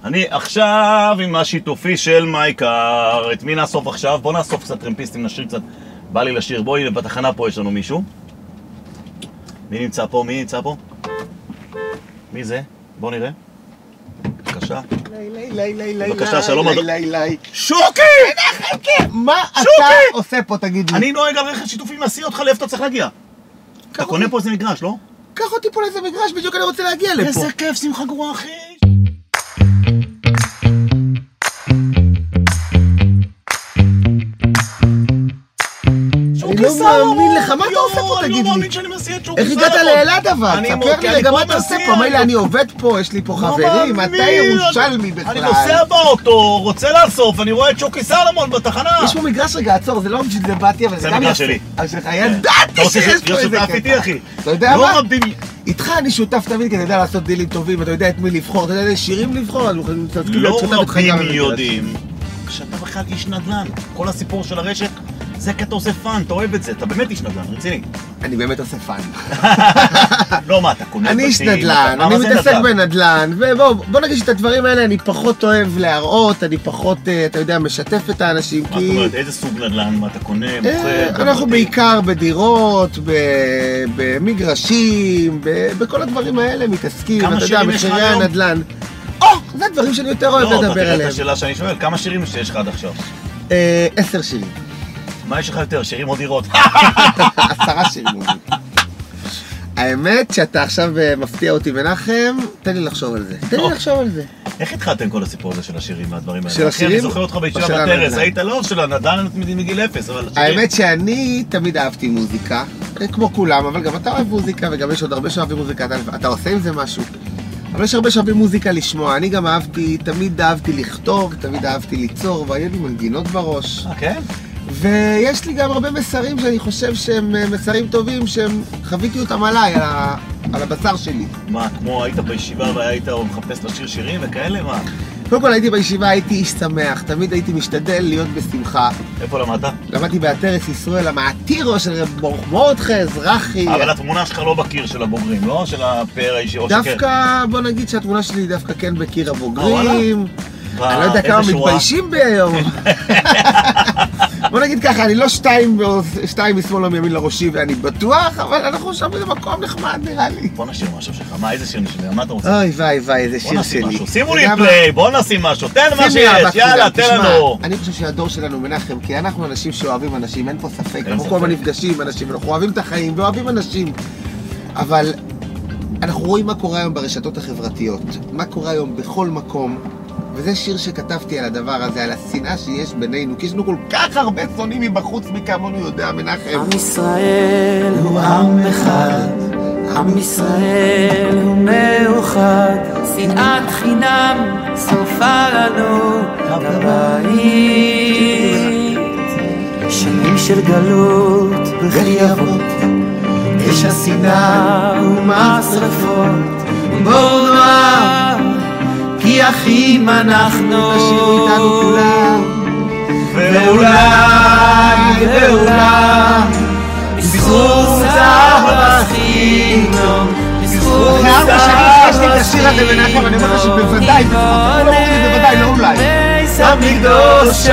אני עכשיו עם השיתופי של מייקר. את מי נאסוף עכשיו? בוא נאסוף קצת טרמפיסטים, נשאיר קצת. בא לי לשיר. בואי, בתחנה פה יש לנו מישהו. מי נמצא פה? מי נמצא פה? מי זה? בוא נראה. בבקשה. בבקשה, שלום אדום. שוקי! מה אתה עושה פה, תגיד לי? אני נוהג על רכב שיתופי, מסיע אותך לאיפה אתה צריך להגיע. אתה קונה פה איזה מגרש, לא? קח אותי פה לאיזה מגרש, בדיוק אני רוצה להגיע לפה. איזה כיף, שמחה גרוע, אחי. אני לא מאמין לך, מה אתה עושה פה, תגיד לי? אני לא מאמין שאני מסיע את שוקי איך הגעת לאלעד אבל? ספר לי רגע מה אתה עושה פה, מילא אני עובד פה, יש לי פה חברים, אתה ירושלמי בכלל. אני נוסע באוטו, רוצה לאסוף, אני רואה את שוקי סלמון בתחנה. יש פה מגרש רגע, עצור, זה לא בשביל זה באתי, אבל זה גם מגרש שלי. ידעתי שיש פה איזה שותף איתי, אחי. אתה יודע מה? איתך אני שותף תמיד, כי אתה יודע לעשות דילים טובים, אתה יודע את מי לבחור, אתה יודע איזה שירים לבחור, אנחנו יכולים להיות שותף איתך גם במגרש. יודעים שאתה בכלל איש נדל"ן. כל הסיפור של הרשת זה כי אתה עושה פאן, אתה אוהב את זה, אתה באמת איש נדל"ן, רציני. אני באמת עושה פאן. לא, מה, אתה קונה אני איש נדל"ן, אני מתעסק בנדל"ן, ובוא נגיד שאת הדברים האלה אני פחות אוהב להראות, אני פחות, אתה יודע, משתף את האנשים, כי... מה זאת אומרת, איזה סוג נדל"ן, מה אתה קונה, מוכר? אנחנו בעיקר בדירות, במגרשים, בכל הדברים האלה מתעסקים, אתה יודע, מחירי הנדל"ן. זה הדברים שאני יותר אוהב לדבר עליהם. לא, אתה תראה את השאלה שאני שואל, כמה שירים יש לך עד עכשיו? 10 שירים. מה יש לך יותר, שירים או דירות? 10 שירים. האמת שאתה עכשיו מפתיע אותי מנחם, תן לי לחשוב על זה. איך התחלתם כל הסיפור הזה של השירים והדברים האלה? של השירים? אני זוכר אותך בישיבה בטרס, היית לא של הנדל"ן מגיל 0, אבל... האמת שאני תמיד אהבתי מוזיקה, כמו כולם, אבל גם אתה אוהב מוזיקה, וגם יש עוד הרבה שאוהבים מוזיקה, אתה עושה עם זה משהו. אבל יש הרבה שאוהבים מוזיקה לשמוע, אני גם תמיד אהבתי לכתוב, תמיד אהבתי ליצור, והיו לי מנגינות בראש. כן? ויש לי גם הרבה מסרים שאני חושב שהם מסרים טובים, שהם חוויתי אותם עליי, על הבשר שלי. מה, כמו היית בישיבה והיית מחפש לשיר שירים וכאלה, מה? קודם כל הייתי בישיבה, הייתי איש שמח, תמיד הייתי משתדל להיות בשמחה. איפה למדת? למדתי בעטרת ישראל, המעתירו של ברוך מרדכי אזרחי. אבל התמונה שלך לא בקיר של הבוגרים, לא? של הפאר האישי, או שכן? דווקא, בוא נגיד שהתמונה שלי דווקא כן בקיר הבוגרים. אני לא יודע כמה מתביישים בי היום. בוא נגיד ככה, אני לא 2 משמאל או מימין לראשי ואני בטוח, אבל אנחנו שם באיזה מקום נחמד נראה לי. בוא נשאיר משהו שלך, מה, איזה שיר נשאיר? מה אתה רוצה? אוי וואי, איזה שיר שלי. שימו לי פליי, בוא נשים משהו, תן מה שיש, יאללה, תן לנו. אני חושב שהדור שלנו מנחם, כי אנחנו אנשים שאוהבים אנשים, אין פה ספק, אנחנו כל הזמן נפגשים עם אנשים, אנחנו אוהבים את החיים ואוהבים אנשים, אבל אנחנו רואים מה קורה היום ברשתות החברתיות, מה קורה היום בכל מקום, וזה שיר שכתבתי על הדבר הזה, על השנאה שיש בינינו, כי יש לנו כל כך הרבה שונאים מבחוץ מכמונו יודע, מנחם. עם ישראל הוא עם אחד, עם ישראל הוא מאוחד, שנאת חינם שרפה לנו את הבית. שנים של גלות וחייבות, אש השנאה ומשרפות, בואו נאמר כי אחים אנחנו, תשאירו איתנו כולם, ואולי בזכות אהבתנו, בזכות אהבתנו, את השיר הזה מנחם, אני אומר לך שבוודאי, בוודאי, לא אולי. בית המקדש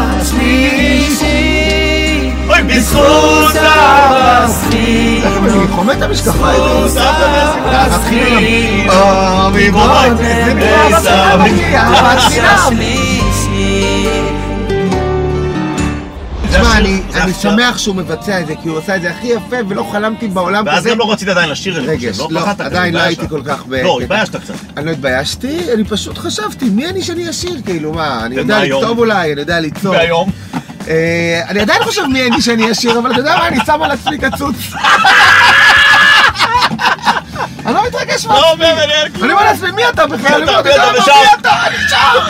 השלישי, בזכות אהבתנו, אני חומד את המשקפיים. תשמע, אני שמח שהוא מבצע את זה, כי הוא עושה את זה הכי יפה ולא חלמתי בעולם כזה. ואז גם לא רצית עדיין לשיר את זה. רגע, לא, עדיין לא הייתי כל כך... לא, התביישת קצת. אני לא התביישתי, אני פשוט חשבתי, מי אני שאני אשיר? כאילו, מה, אני יודע לכתוב אולי, אני יודע ליצור. והיום? אני עדיין חושב מי אני שאני אשיר, אבל אתה יודע מה, אני שם על עצמי קצוץ. אני לא מתרגש מעצמי. לא אומר, אני אומר לעצמי, מי אתה בכלל? מי אתה? אני שם.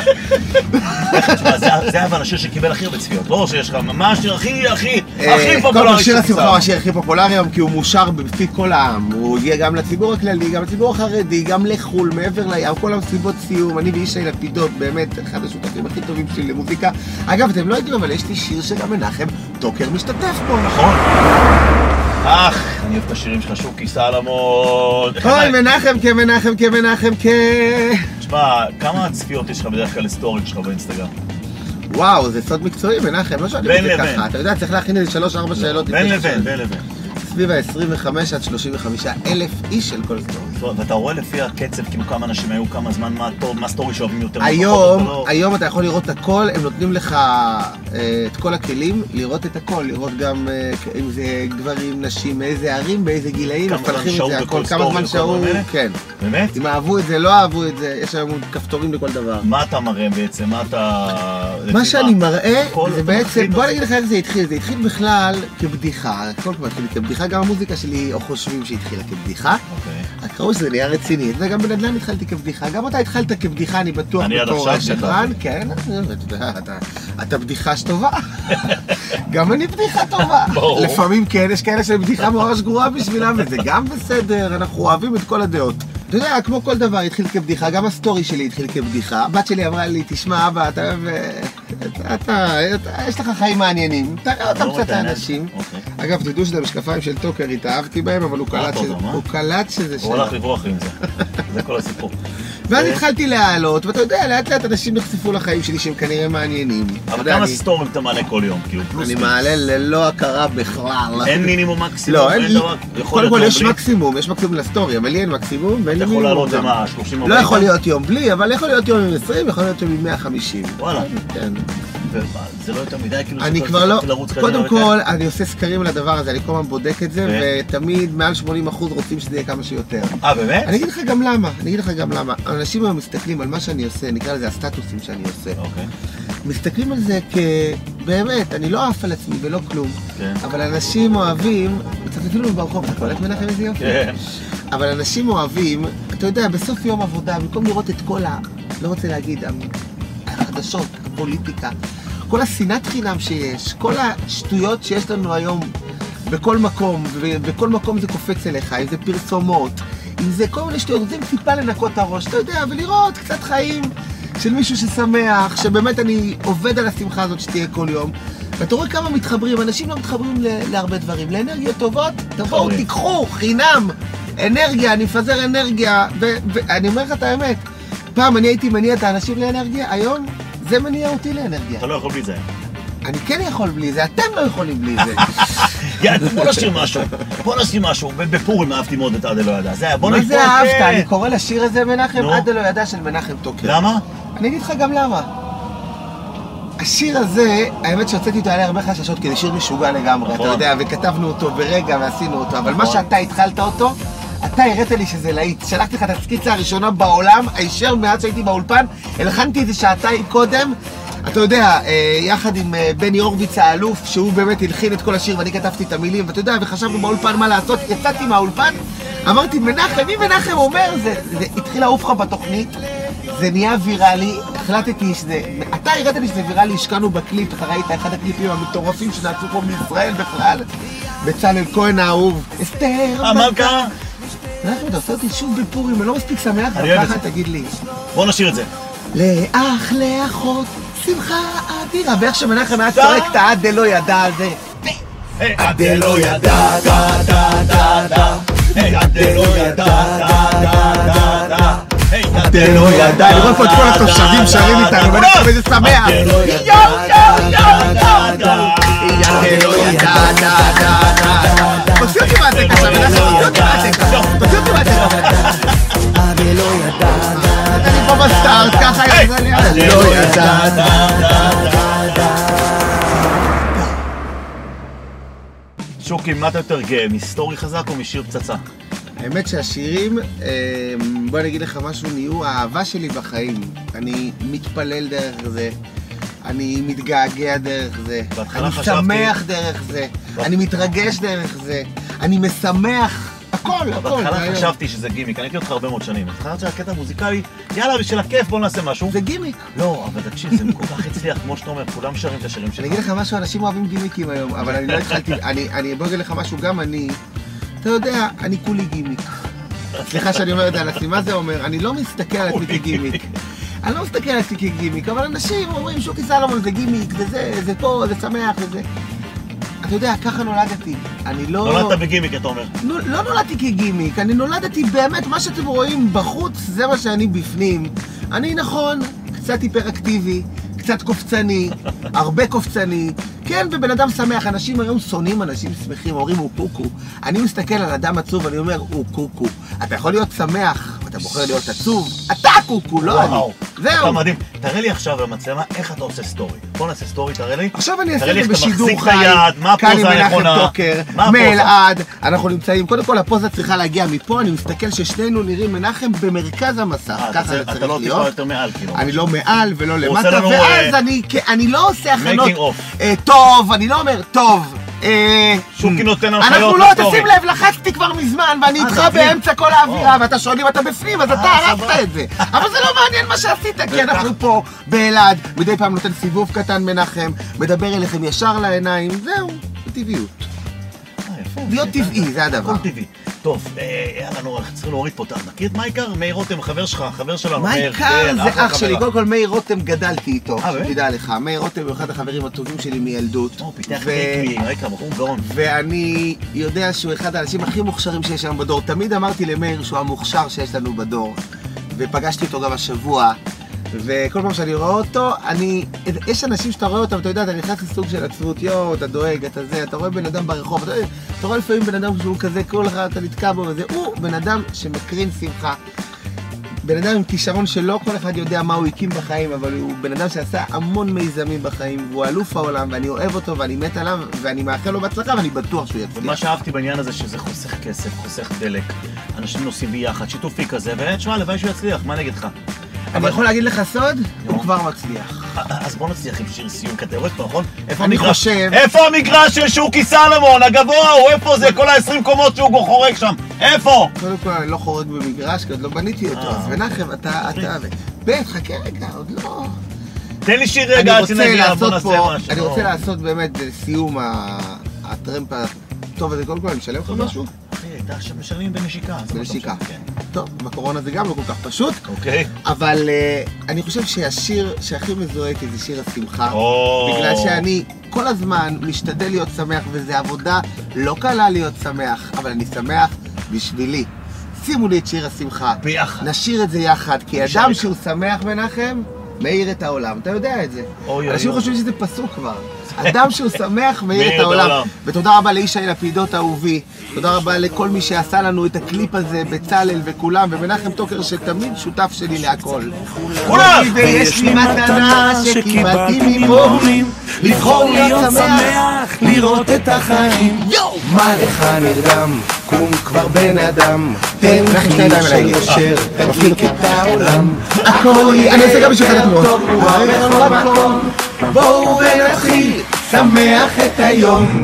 זה אבל השיר שקיבל הכי הרבה צפיות, לא שיש לך, מה השיר הכי פופולרי? שיר השמחה הוא השיר הכי פופולרי היום, כי הוא מושר בפי כל העם. הוא יהיה גם לציבור הכללי, גם לציבור החרדי, גם לחול, מעבר לים, כל המסיבות סיום. אני ואישי לפידות, באמת, אחד השותפים הכי טובים שלי למוזיקה. אגב, אתם לא יודעים, אבל יש לי שיר שגם מנחם טוקר משתתף בו. נכון. אני אוהב את השירים שלך, שוקי סלמון. אוי, מנחם. תשמע, כמה צפיות יש לך בדרך כלל לסטורים שלך באינסטגרם? וואו, זה סוד מקצועי, מנחם, לא שואלים את זה ככה. אתה יודע, צריך להכין איזה 3-4 שאלות. בין לבין. סביב ה-25 עד 35 אלף איש של כל סטורי. ואתה רואה לפי הקצב, כאילו כמה אנשים היו, כמה זמן, מה סטורי שאוהבים יותר? היום אתה יכול לראות הכל, הם נותנים לך את כל הכלים, לראות את הכל, לראות גם אם זה גברים, נשים, מאיזה ערים, באיזה גילאים, מפלחים את זה הכל, כמה זמן שהו, כן. באמת? אם אהבו את זה, לא אהבו את זה, יש היום כפתורים לכל דבר. מה אתה מראה בעצם? מה שאני מראה, זה בעצם, בוא נגיד לך איך זה התחיל, זה התחיל בכלל כבדיחה, הכל כבר התחיל כבדיחה, גם המוזיקה שלי או חושבים שהתחילה כבדיחה. רק ראו שזה נהיה רציני, וגם בנדל"ן התחלתי כבדיחה, גם אתה התחלת כבדיחה, אני בטוח בתור שקרן, כן, אתה בדיחה שטובה, גם אני בדיחה טובה, לפעמים כן, יש כאלה שבדיחה ממש גרועה בשבילם, וזה גם בסדר, אנחנו אוהבים את כל הדעות. אתה יודע, כמו כל דבר התחיל כבדיחה, גם הסטורי שלי התחיל כבדיחה, הבת שלי אמרה לי, תשמע אבא, יש לך חיים מעניינים, תראה אותם קצת האנשים. אגב, תדעו שזה משקפיים של טוקר, התאהבתי בהם, אבל הוא קלט שזה שלו. הוא הולך לברוח עם זה, זה כל הסיפור. ואז התחלתי להעלות, ואתה יודע, לאט לאט אנשים נחשפו לחיים שלי שהם כנראה מעניינים. אבל כמה סטורים אתה מעלה כל יום? אני מעלה ללא הכרה בכלל. אין מינימום מקסימום? לא, קודם כל יש מקסימום לסטורי, אבל לי אין מקסימום, ואין לי מינימום. אתה יכול לעלות למה? 30? לא יכול להיות יום בלי, אבל יכול להיות יום עם 20, יכול להיות יום עם 150. וואלה. כן. זה לא יותר מדי, כאילו אני כבר לא, קודם כל אני עושה סקרים לדבר הזה, אני כל הזמן בודק את זה, ותמיד מעל 80% רוצים שזה יהיה כמה שיותר. באמת? אני אגיד לך גם למה, אנשים היום מסתכלים על מה שאני עושה, נקרא לזה הסטטוסים שאני עושה. מסתכלים על זה באמת, אני לא עף על עצמי ולא כלום, אבל אנשים אוהבים, מצטטים ברחוב, אתה קולט מנחם איזה יופי? אבל אנשים אוהבים, אתה יודע, בסוף יום עבודה, במקום לראות את כל לא רוצה להגיד, החדשות, הפוליטיקה, כל השנאת חינם שיש, כל השטויות שיש לנו היום בכל מקום, ובכל מקום זה קופץ אליך, אם זה פרסומות, אם זה כל מיני שטויות, רוצים טיפה לנקות את הראש, אתה יודע, ולראות קצת חיים של מישהו ששמח, שבאמת אני עובד על השמחה הזאת שתהיה כל יום, ואתה רואה כמה מתחברים, אנשים לא מתחברים להרבה דברים, לאנרגיות טובות, תבואו, תיקחו, חינם, אנרגיה, אני מפזר אנרגיה, ואני אומר לך את האמת, פעם אני הייתי מניע את האנשים לאנרגיה, היום זה מניע אותי לאנרגיה. אתה לא יכול בלי זה. אני כן יכול בלי זה, אתם לא יכולים בלי זה. בוא נשאיר משהו, בפורים אהבתי מאוד את עד אלו ידע. מה זה אהבת? אני קורא לשיר הזה מנחם, עד אלו ידע של מנחם טוקר. למה? אני אגיד לך גם למה. השיר הזה, האמת שהוצאתי אותו עליה הרבה חששות, כי זה שיר משוגע לגמרי, אתה יודע, וכתבנו אותו ברגע ועשינו אותו, אבל מה שאתה התחלת אותו, אתה הראת לי שזה להיט, שלחתי לך את הסקיצה הראשונה בעולם, הישר מאז שהייתי באולפן, הלחנתי את זה שעתיים קודם, אתה יודע, יחד עם בני הורוביץ האלוף, שהוא באמת הלחין את כל השיר ואני כתבתי את המילים, ואתה יודע, וחשבנו באולפן מה לעשות, יצאתי מהאולפן, אמרתי, מנחם, מי מנחם אומר? זה התחיל לעוף לך בתוכנית, זה נהיה ויראלי, החלטתי שזה, אתה הראת לי שזה ויראלי, השקענו בקליפ, אתה ראית אחד הקליפים המטורפים שנעשו פה מישראל בכלל, בצלאל כהן האהוב, אסתר, המלכה. אנחנו, אתה עושה אותי שוב בפורים, אני לא מספיק שמח, אבל ככה תגיד לי. בוא נשאיר את זה. לאח, לאחות, שמחה אדירה, ואיך שמנחם היה צורק את העד דלא ידע הזה. עד דלא ידע, דה, דה, דה, דה. עד דלא ידע, דה, דה, דה, דה. עד דלא ידע, אני רואה פה את כל התושבים שרים איתנו, ואני חושב איזה שמח. יואו, יואו, יואו, יואו. עד דלא ידע, דה, דה, דה. תוציא אותי מהטקה שם, תוציא אותי מהטקה. עד דלא ידע, אני פה בסטארט, ככה ידע לי, עד דלא ידע, שוקי, מה אתה יותר גאה, מסטורי חזק או משיר פצצה? האמת שהשירים, בוא אני אגיד לך משהו, נהיו האהבה שלי בחיים. אני מתפלל דרך זה, אני מתגעגע דרך זה, אני שמח דרך זה, אני מתרגש דרך זה, אני משמח, הכל, הכל. בהתחלה חשבתי שזה גימיק, אני הייתי אותך הרבה מאוד שנים. התחלת שהקטע המוזיקלי, יאללה, בשביל הכיף בוא נעשה משהו. זה גימיק. לא, אבל תקשיב, זה כל כך הצליח, כמו שאתה אומר, כולם שרים את השירים שלך. אני אגיד לך משהו, אנשים אוהבים גימיקים היום, אבל אני לא התחלתי, אני בוא אגיד לך משהו, גם אני, אתה יודע, אני כולי גימיק. סליחה שאני אומר את זה על עצמי, מה זה אומר? אני לא מסתכל על עצמי כגימיק. אני לא מסתכל על עצמי כגימיק, אבל אנשים אומרים שוקי סלומון זה גימיק, זה פה, זה שמח, וזה... אתה יודע, ככה נולדתי. אני לא... נולדת בגימיק, אתה אומר. לא נולדתי כגימיק, אני נולדתי באמת, מה שאתם רואים בחוץ, זה מה שאני בפנים. אני נכון, קצת היפראקטיבי, קצת קופצני, הרבה קופצני. כן, ובן אדם שמח. אנשים היום שונאים אנשים שמחים, אומרים הוא קוקו. אני מסתכל על אדם עצוב, אני אומר, הוא קוקו. אתה יכול להיות שמח, אתה בוחר להיות עצוב, אתה קוקו, לא אני. זהו. אתה מדהים. תראה לי עכשיו במצלמה איך אתה עושה סטורי. בוא נעשה סטורי, תראה לי. עכשיו אני אעשה את זה בשידור חי. מה הפוזה הנכונה? טוקר, מאלעד, אנחנו נמצאים, קודם כל הפוזה צריכה להגיע מפה, אני מסתכל ששנינו נראים מנחם במרכז המסך. ככה זה צריך להיות. אתה לא יותר מעל, כאילו. אני לא מעל ולא למטה, ואז אני לא עושה הכנות. טוב, אני לא אומר, טוב. שוקי נותן הנחיות אנחנו לא, תשים לב, לחצתי כבר מזמן, ואני איתך באמצע כל האווירה, ואתה שואל אם אתה בפנים, אז אתה הרסת את זה. אבל זה לא מעניין מה שעשית, כי אנחנו פה באלעד, מדי פעם נותן סיבוב קטן מנחם, מדבר אליכם ישר לעיניים, זהו, בטבעיות. להיות טבעי, זה הדבר. הכל טבעי. טוב, יאללה, צריכים להוריד פה, אתה מכיר את מייקר? מאיר רותם, חבר שלך, חבר שלנו. מייקר זה אח שלי, קודם כל מאיר רותם גדלתי איתו, שתדע לך. מאיר רותם הוא אחד החברים הטובים שלי מילדות. פיתח טקמי, מייקר, בחור גאון. ואני יודע שהוא אחד האנשים הכי מוכשרים שיש לנו בדור. תמיד אמרתי למאיר שהוא המוכשר שיש לנו בדור. ופגשתי אותו גם השבוע. וכל פעם שאני רואה אותו, יש אנשים שאתה רואה אותם, אתה יודע, אתה נכנס לסוג של עצבות, אתה דואג, אתה רואה בן אדם ברחוב, אתה רואה לפעמים בן אדם שהוא כזה, כל אחד אתה נתקע בו וזה, הוא בן אדם שמקרין שמחה. בן אדם עם כישרון שלא כל אחד יודע מה הוא הקים בחיים, אבל הוא בן אדם שעשה המון מיזמים בחיים, והוא אלוף העולם, ואני אוהב אותו, ואני מת עליו, ואני מאחל לו בהצלחה, ואני בטוח שהוא יצליח. ומה שאהבתי בעניין הזה, שזה חוסך כסף, חוסך דלק, אנשים נוסעים ביחד, שיתופי כזה, ותשמע, לוואי שהוא יצליח, מה נגד לך? אני יכול להגיד לך סוד? הוא כבר מצליח. אז בוא נצליח עם שיר סיום קטגורית פה, נכון? אני חושב... איפה המגרש של שוקי סלומון, הגבוה הוא? איפה זה? כל ה-20 קומות שהוא חורג שם. איפה? קודם כל, אני לא חורג במגרש, כי עוד לא בניתי אותו. אז מנחם, אתה... בית, חכה רגע, עוד לא... תן לי שיר רגע עד שנגיע, בוא נעשה משהו. אני רוצה לעשות באמת סיום הטרמפ הטוב הזה. קודם כל, אני אשלם לך משהו? אתה עכשיו משלמים בנשיקה. בנשיקה. טוב, בקורונה זה גם לא כל כך פשוט. אוקיי. אבל אני חושב שהשיר שהכי מזוהה איתי זה שיר השמחה. בגלל שאני כל הזמן משתדל להיות שמח, וזו עבודה לא קלה להיות שמח, אבל אני שמח בשבילי. שימו לי את שיר השמחה. ביחד. נשיר את זה יחד, כי אדם שהוא שמח מנחם, מאיר את העולם. אתה יודע את זה. אנשים חושבים שזה פסוק כבר. אדם שהוא שמח מאיר את העולם. ותודה רבה לאיש לפידות אהובי. תודה רבה לכל מי שעשה לנו את הקליפ הזה, בצלאל וכולם, ומנחם טוקר שתמיד שותף שלי להכל. כולם! ויש לי מתנה שקיבלתי מפה, לבחור להיות שמח, לראות את החיים. מה לך נרדם? קום כבר בן אדם, תן חיוך של יושר, תפיק את העולם. הכל אני אעשה גם בשביל חדת מאוד. בואו ונתחיל, שמח את היום.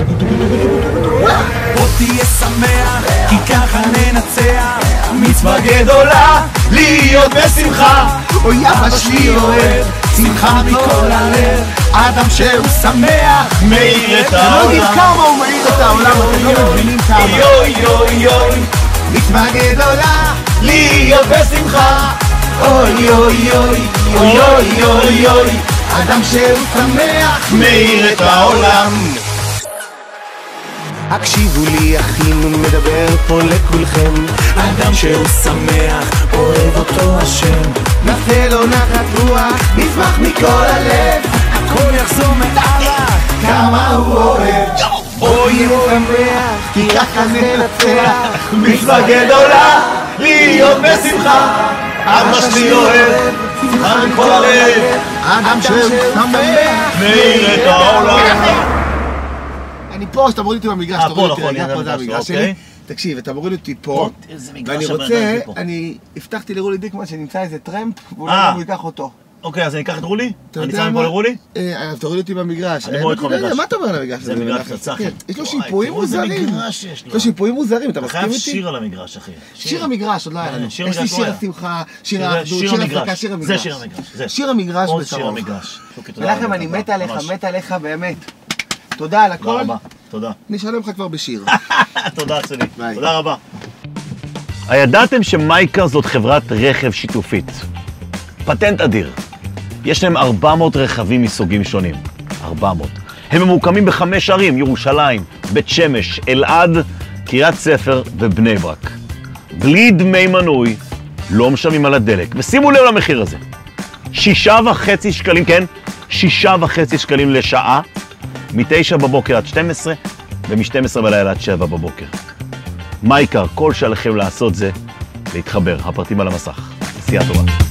בוא תהיה שמח, כי ככה ננצח. מצווה גדולה, להיות בשמחה. אוי אבא שלי אוהב, שמחה מכל הלב. אדם שהוא שמח, מאיר את לא העולם. יודעים כמה הוא מאיר את העולם, אתם לא מבינים כמה. יוי יוי יוי, מצווה גדולה, להיות בשמחה. אוי אוי אוי אוי אוי אוי אוי, אדם שהוא שמח, מאיר את העולם. הקשיבו לי אחים, מדבר פה לכולכם. אדם שהוא שמח, אוהב אותו השם. נעשה לו נחת רוח, נשמח מכל הלב. הכל יחזור מתארך, כמה הוא אוהב, אוי הוא שמח, כי ככה ננצח. מצווה גדולה, להיות בשמחה. אבא שלי אוהב, שמחה מכל הלב. אדם שהוא שמח, מאיר את העולם. אני פה, שאתה מוריד אותי במגרש, פה נכון, פה זה המגרש שלי. תקשיב, אתה מוריד אותי פה, ואני רוצה, אני הבטחתי לרולי דיקמן שנמצא איזה טרמפ, ואולי גם הוא ייקח אותו. אוקיי, אז אני אקח את רולי? אני שם פה לרולי? אז תוריד אותי במגרש. אני מוריד לך במגרש. מה אתה אומר על המגרש? זה מגרש קצר. יש לו שיפועים מוזרים. איזה מגרש יש לו. יש לו שיפועים מוזרים, אתה אתה מסכים חייב איתי? שיר על המגרש, אחי. שיר המגרש, עוד לא היה לנו. שיר יש לי המגרש לא שיר היה. השמחה, שיר האחדות, שיר הפסקה, שיר המגרש. זה שיר המגרש. זה. שיר המגרש עוד שיר בקרוב. המגרש. שוקי, תודה מנחם, רבה, אני תודה. מת עליך, ממש. מת עליך באמת. תודה על הכל. תודה רבה, תודה. אני אשלם לך כבר בשיר. תודה אצלי, ביי. תודה רבה. הידעתם שמייקר זאת חברת רכב שיתופית? פטנט אדיר. יש להם 400 רכבים מסוגים שונים. 400. הם ממוקמים ב5 ערים, ירושלים, בית שמש, אלעד, קריית ספר ובני ברק. בלי דמי מנוי, לא משלמים על הדלק, ושימו לב למחיר הזה. 6.5 שקלים, כן? 6.5 שקלים לשעה, מ-9 בבוקר עד 12, ומ-12 בלילה עד 7 בבוקר. מה העיקר? כל שעליכם לעשות זה להתחבר. הפרטים על המסך. נסיעה טובה.